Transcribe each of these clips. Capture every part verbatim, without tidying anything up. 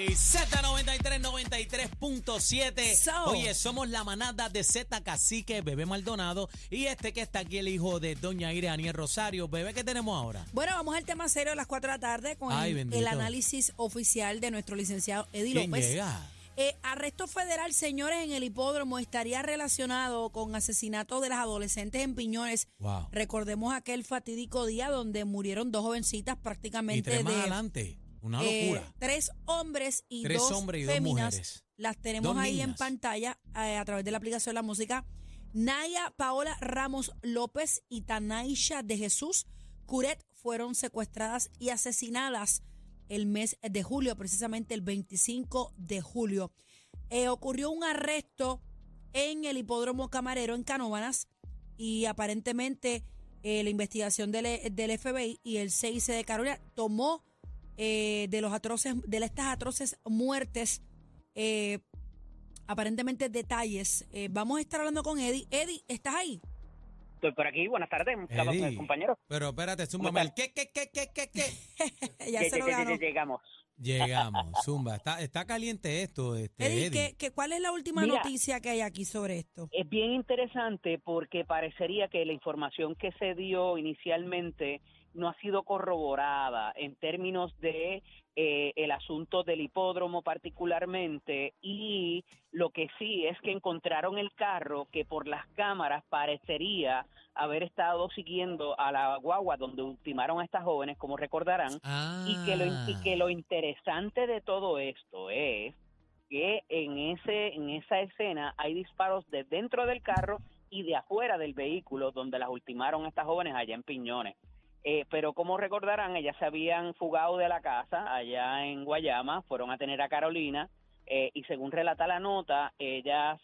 Z noventa y tres, noventa y tres punto siete. So. Oye, somos la manada de Z Cacique, Bebé Maldonado. Y este que está aquí, el hijo de Doña Ire Aniel Rosario. Bebé, ¿qué tenemos ahora? Bueno, vamos al tema serio a las cuatro de la tarde con Ay, el, bendito. el análisis oficial de nuestro licenciado Eddie ¿Quién López. llega? Eh, arresto federal, señores, en el hipódromo estaría relacionado con asesinato de las adolescentes en Piñones. Wow. Recordemos aquel fatídico día donde murieron dos jovencitas Y prácticamente tres más de adelante. Una eh, locura. tres hombres y Tres dos hombres y dos féminas. mujeres. Las tenemos Dos ahí en niñas. pantalla eh, a través de la aplicación La Música. Naya Paola Ramos López y Tanaisha de Jesús Curet fueron secuestradas y asesinadas el mes de julio, precisamente el veinticinco de julio. Eh, ocurrió un arresto en el hipódromo Camarero en Canóvanas y aparentemente eh, la investigación del, del F B I y el C I C de Carolina tomó eh, de los atroces, de estas atroces muertes, eh, aparentemente detalles. Eh, vamos a estar hablando con Eddie. Eddie, ¿estás ahí? Estoy por aquí, buenas tardes, Eddie, compañeros. Pero espérate, ¿Cómo Zumba, estás? ¿qué, qué, qué, qué, qué, qué? Ya Lle- se lo lle- ganó. lle- Llegamos. Llegamos, Zumba. Está, está caliente esto, este, Eddie, Eddie. ¿qué, qué, ¿cuál es la última Mira. noticia que hay aquí sobre esto? Es bien interesante porque parecería que la información que se dio inicialmente no ha sido corroborada en términos de eh, el asunto del hipódromo particularmente, y lo que sí es que encontraron el carro que por las cámaras parecería haber estado siguiendo a la guagua donde ultimaron a estas jóvenes, como recordarán, Ah. y que lo y que lo interesante de todo esto es que en ese en esa escena hay disparos de dentro del carro y de afuera del vehículo donde las ultimaron estas jóvenes allá en Piñones. Eh, pero como recordarán, ellas se habían fugado de la casa allá en Guayama, fueron a tener a Carolina, eh, y según relata la nota, ellas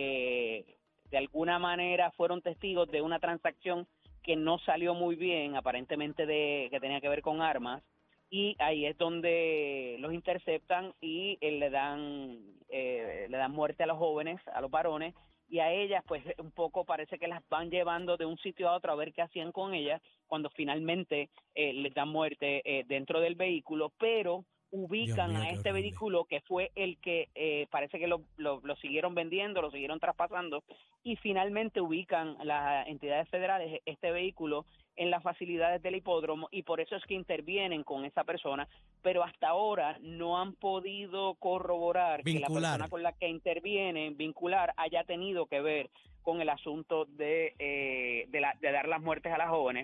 eh, de alguna manera fueron testigos de una transacción que no salió muy bien, aparentemente de que tenía que ver con armas, y ahí es donde los interceptan y eh, le dan eh, le dan muerte a los jóvenes, a los varones, y a ellas pues un poco parece que las van llevando de un sitio a otro a ver qué hacían con ellas, cuando finalmente eh, les dan muerte eh, dentro del vehículo, pero ubican Dios mío, a qué este horrible. vehículo que fue el que eh, parece que lo, lo, lo siguieron vendiendo, lo siguieron traspasando, y finalmente ubican las entidades federales este vehículo en las facilidades del hipódromo, y por eso es que intervienen con esa persona, pero hasta ahora no han podido corroborar que la Vincular. persona con la que intervienen, vincular, haya tenido que ver con el asunto de, eh, de, la, de dar las muertes a las jóvenes.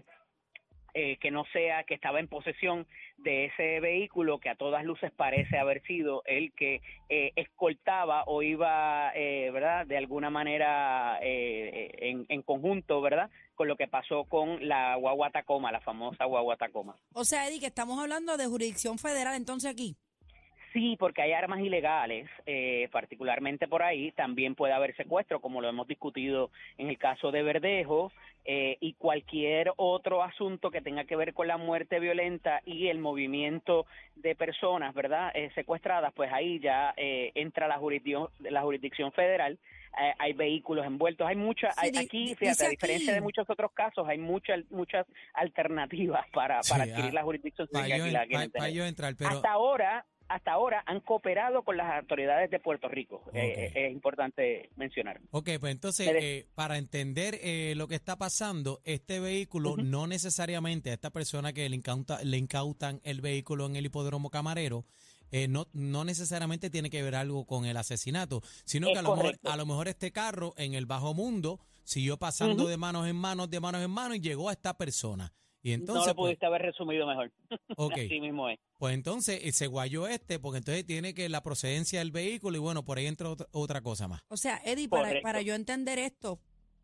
Eh, que no sea que estaba en posesión de ese vehículo que a todas luces parece haber sido el que eh, escoltaba o iba, eh, ¿verdad?, de alguna manera eh, en, en conjunto, ¿verdad?, con lo que pasó con la guagua Tacoma, la famosa guagua Tacoma. O sea, Eddie, que estamos hablando de jurisdicción federal entonces aquí. Sí, porque hay armas ilegales, eh, particularmente por ahí. También puede haber secuestro, como lo hemos discutido en el caso de Verdejo, eh, y cualquier otro asunto que tenga que ver con la muerte violenta y el movimiento de personas, ¿verdad?, eh, secuestradas, pues ahí ya eh, entra la jurisdicción, la jurisdicción federal. Eh, hay vehículos envueltos, hay muchas, Sí, hay, di- aquí, di- fíjate, dice a diferencia aquí. de muchos otros casos, hay muchas muchas alternativas para, para Sí, adquirir ah, la jurisdicción Para civil que yo, aquí la en- quieren pa- pa' tener. yo entrar, pero... Hasta ahora, hasta ahora han cooperado con las autoridades de Puerto Rico. Ok. Eh, es importante mencionar. Ok, pues entonces, Me de- eh, para entender eh, lo que está pasando, este vehículo Ujú. no necesariamente a esta persona que le, incauta, le incautan el vehículo en el hipódromo Camarero, eh, no, no necesariamente tiene que ver algo con el asesinato, sino Es que a lo, mejor, correcto. a lo mejor este carro en el bajo mundo siguió pasando Ujú. de manos en manos, de manos en manos y llegó a esta persona. Y No entonces, lo pues, pudiste haber resumido mejor. ok, Así mismo es. pues entonces eh, se guayó este, porque entonces tiene que la procedencia del vehículo y bueno, por ahí entra otra, otra cosa más. O sea, Eddie, para, Correcto. para yo entender esto,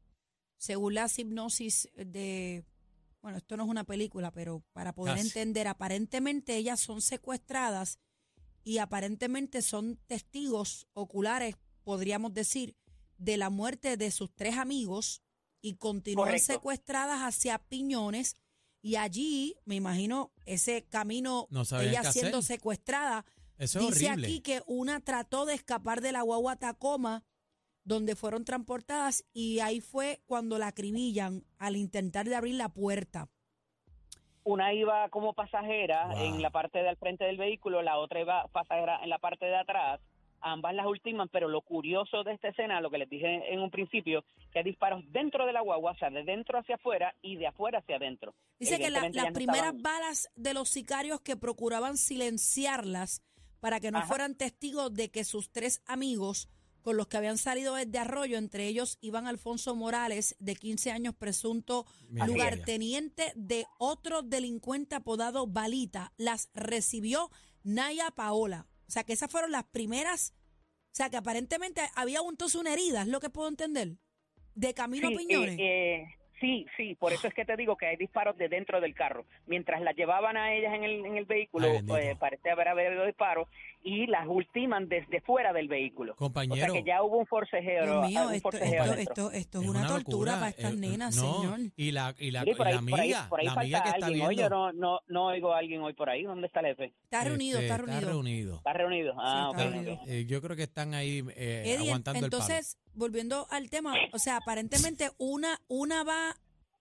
según la hipnosis de, bueno, esto no es una película, pero para poder Casi. entender, aparentemente ellas son secuestradas y aparentemente son testigos oculares, podríamos decir, de la muerte de sus tres amigos y continúan Correcto. secuestradas hacia Piñones, y allí, me imagino, ese camino, No sabían ella qué siendo hacer. secuestrada. Eso es Dice horrible. aquí que una trató de escapar de la guagua Tacoma, donde fueron transportadas, y ahí fue cuando la acribillan al intentar de abrir la puerta. una iba como pasajera Wow. en la parte de al frente del vehículo, la otra iba pasajera en la parte de atrás. Ambas las ultiman, pero lo curioso de esta escena, lo que les dije en un principio, que hay disparos dentro de la guagua, o sea, de dentro hacia afuera y de afuera hacia adentro. Dice que la- Evidentemente las ya no primeras estaban- balas de los sicarios que procuraban silenciarlas para que no Ajá. fueran testigos de que sus tres amigos con los que habían salido desde Arroyo, entre ellos Iván Alfonso Morales, de quince años, presunto Mira, lugarteniente de otro delincuente apodado Balita, las recibió Naya Paola. O sea, que esas fueron las primeras, o sea, que aparentemente había entonces una herida, es lo que puedo entender, de camino Sí, a Piñones. eh, eh, sí, sí, por eso es que te digo que hay disparos de dentro del carro. Mientras las llevaban a ellas en el, en el vehículo, Ay, bendito. eh, parece haber habido disparos y las ultiman desde fuera del vehículo. Compañero. O sea que ya hubo un forcejeo. Dios mío, un esto, forcejeo esto, adentro. esto, esto es Es una, una tortura locura, para estas eh, nenas, no, señor. Y la, y la, Mire, por y ahí, la por ahí- amiga, por ahí la falta amiga que está alguien. Oye, viendo. no, no, no oigo a alguien hoy por ahí. ¿Dónde está el jefe? Está reunido, este, está reunido. reunido. ¿Está reunido? Ah, está ok, reunido. ok. Eh, yo creo que están ahí eh, Eddie, aguantando entonces, volviendo al tema, o sea, aparentemente una, una va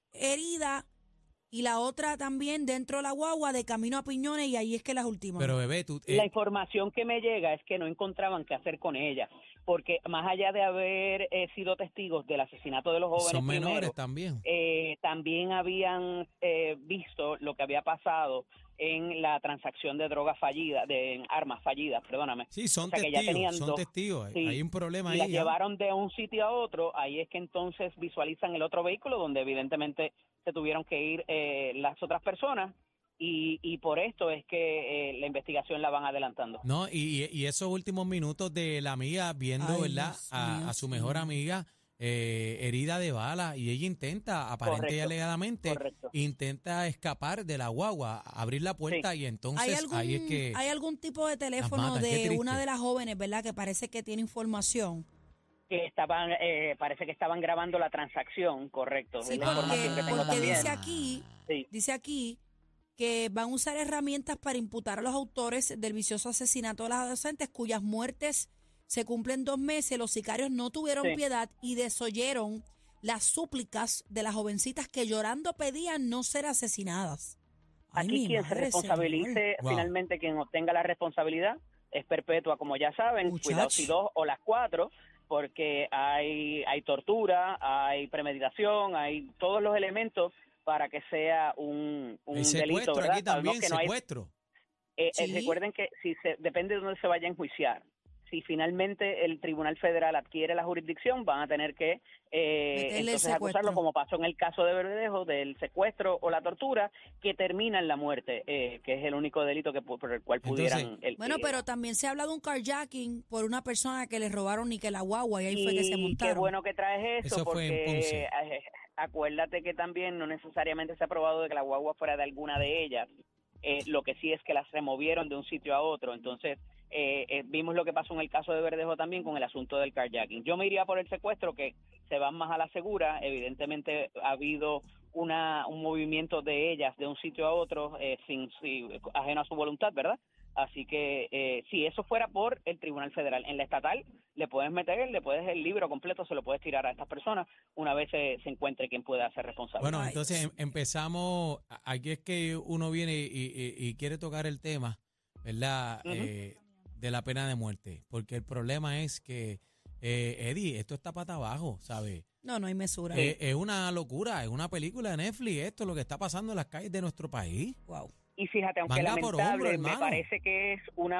herida y la otra también dentro de la guagua de camino a Piñones y ahí es que las el últimas. palo. Pero bebé, tú... eh, La información que me llega es que no encontraban qué hacer con ella, porque más allá de haber eh, sido testigos del asesinato de los jóvenes son primero, menores también. eh, también habían eh, visto lo que había pasado en la transacción de drogas fallidas, de armas fallidas, perdóname. Sí, son o sea, que ya testigos, tenían son dos. testigos. Sí, Hay un problema y ahí. las ya. llevaron de un sitio a otro, ahí es que entonces visualizan el otro vehículo donde evidentemente se tuvieron que ir eh, las otras personas y, y por esto es que eh, la investigación la van adelantando. No, y, y esos últimos minutos de la amiga viendo, Ay, ¿verdad? Dios A, mío, a su mejor señor. amiga eh, herida de bala y ella intenta, aparente y Correcto, alegadamente, correcto. intenta escapar de la guagua, abrir la puerta y entonces ¿Hay algún, ahí es que... ¿Hay algún tipo de teléfono matan, qué de triste. una de las jóvenes, verdad, que parece que tiene información? Que estaban, eh, parece que estaban grabando la transacción, correcto. Sí, es la porque, información que tengo porque también. dice aquí, Sí. dice aquí que van a usar herramientas para imputar a los autores del vicioso asesinato de las adolescentes cuyas muertes se cumplen dos meses. Los sicarios no tuvieron Sí. piedad y desoyeron las súplicas de las jovencitas que llorando pedían no ser asesinadas. Ay, Aquí mi quien se madre, responsabilice, señor. Wow. finalmente quien obtenga la responsabilidad es perpetua, como ya saben, Muchacho. cuidado si dos o las cuatro, porque hay, hay tortura, hay premeditación, hay todos los elementos para que sea un, un Hay delito, secuestro ¿verdad? aquí también, Sabemos que no hay- secuestro. eh, eh, Sí. recuerden que si se, depende de dónde se vaya a enjuiciar. Si finalmente el Tribunal Federal adquiere la jurisdicción, van a tener que eh, Meterle el entonces acusarlo, secuestro. como pasó en el caso de Verdejo, del secuestro o la tortura, que termina en la muerte, eh, que es el único delito que pu- por el cual Entonces, pudieran... el- Bueno, eh, pero también se habla de un carjacking por una persona que le robaron ni que la guagua y ahí fue y que se montaron. qué bueno que traes eso, Eso fue en porque Ponce. eh, acuérdate que también no necesariamente se ha probado de que la guagua fuera de alguna de ellas. Eh, lo que sí es que las removieron de un sitio a otro. Entonces, eh, eh, vimos lo que pasó en el caso de Verdejo también con el asunto del carjacking. Yo me iría por el secuestro, que se van más a la segura. Evidentemente ha habido una un movimiento de ellas de un sitio a otro eh, sin, sin ajeno a su voluntad, ¿verdad? Así que eh, si eso fuera por el Tribunal Federal, en la estatal le puedes meter, le puedes el libro completo, se lo puedes tirar a estas personas una vez se, se encuentre quien pueda ser responsable. Bueno, Ay, entonces Dios em- empezamos, a- aquí es que uno viene y, y- y quiere tocar el tema, ¿verdad? Ujú. Eh, de la pena de muerte, porque el problema es que, eh, Eddie, esto está pata abajo, ¿sabes? No, no hay mesura. Eh, es una locura, es una película de Netflix esto, lo que está pasando en las calles de nuestro país. Wow. Y fíjate, aunque Manga por lamentable, hombro, me hermano. parece que es una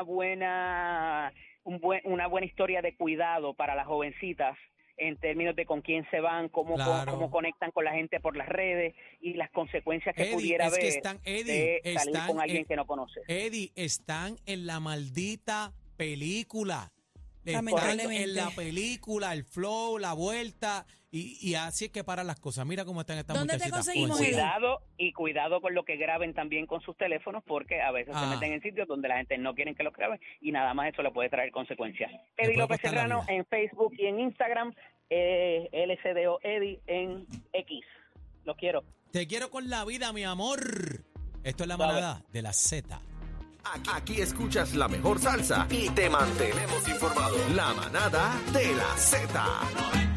buena un buen, una buena historia de cuidado para las jovencitas en términos de con quién se van, cómo, Claro. cómo conectan con la gente por las redes y las consecuencias que Eddie, pudiera es que haber están, Eddie, de salir están con alguien en- que no conoces. Eddie, están en la maldita película. Están Lamentablemente. en la película, el flow, la vuelta, y, y así es que paran las cosas. Mira cómo están estas ¿Dónde te muchachitas. conseguimos, jovencitas. Eddie? Cuidado y cuidado con lo que graben también con sus teléfonos, porque a veces Ah. se meten en sitios donde la gente no quiere que los graben y nada más eso le puede traer consecuencias. Le Eddie puede López costar la Serrano vida. en Facebook y en Instagram, eh, L C D O Eddie en X. Los quiero. Te quiero con la vida, mi amor. Esto es la Suave. manada de la Z. Aquí, aquí escuchas la mejor salsa y te mantenemos informado. La manada de la Z.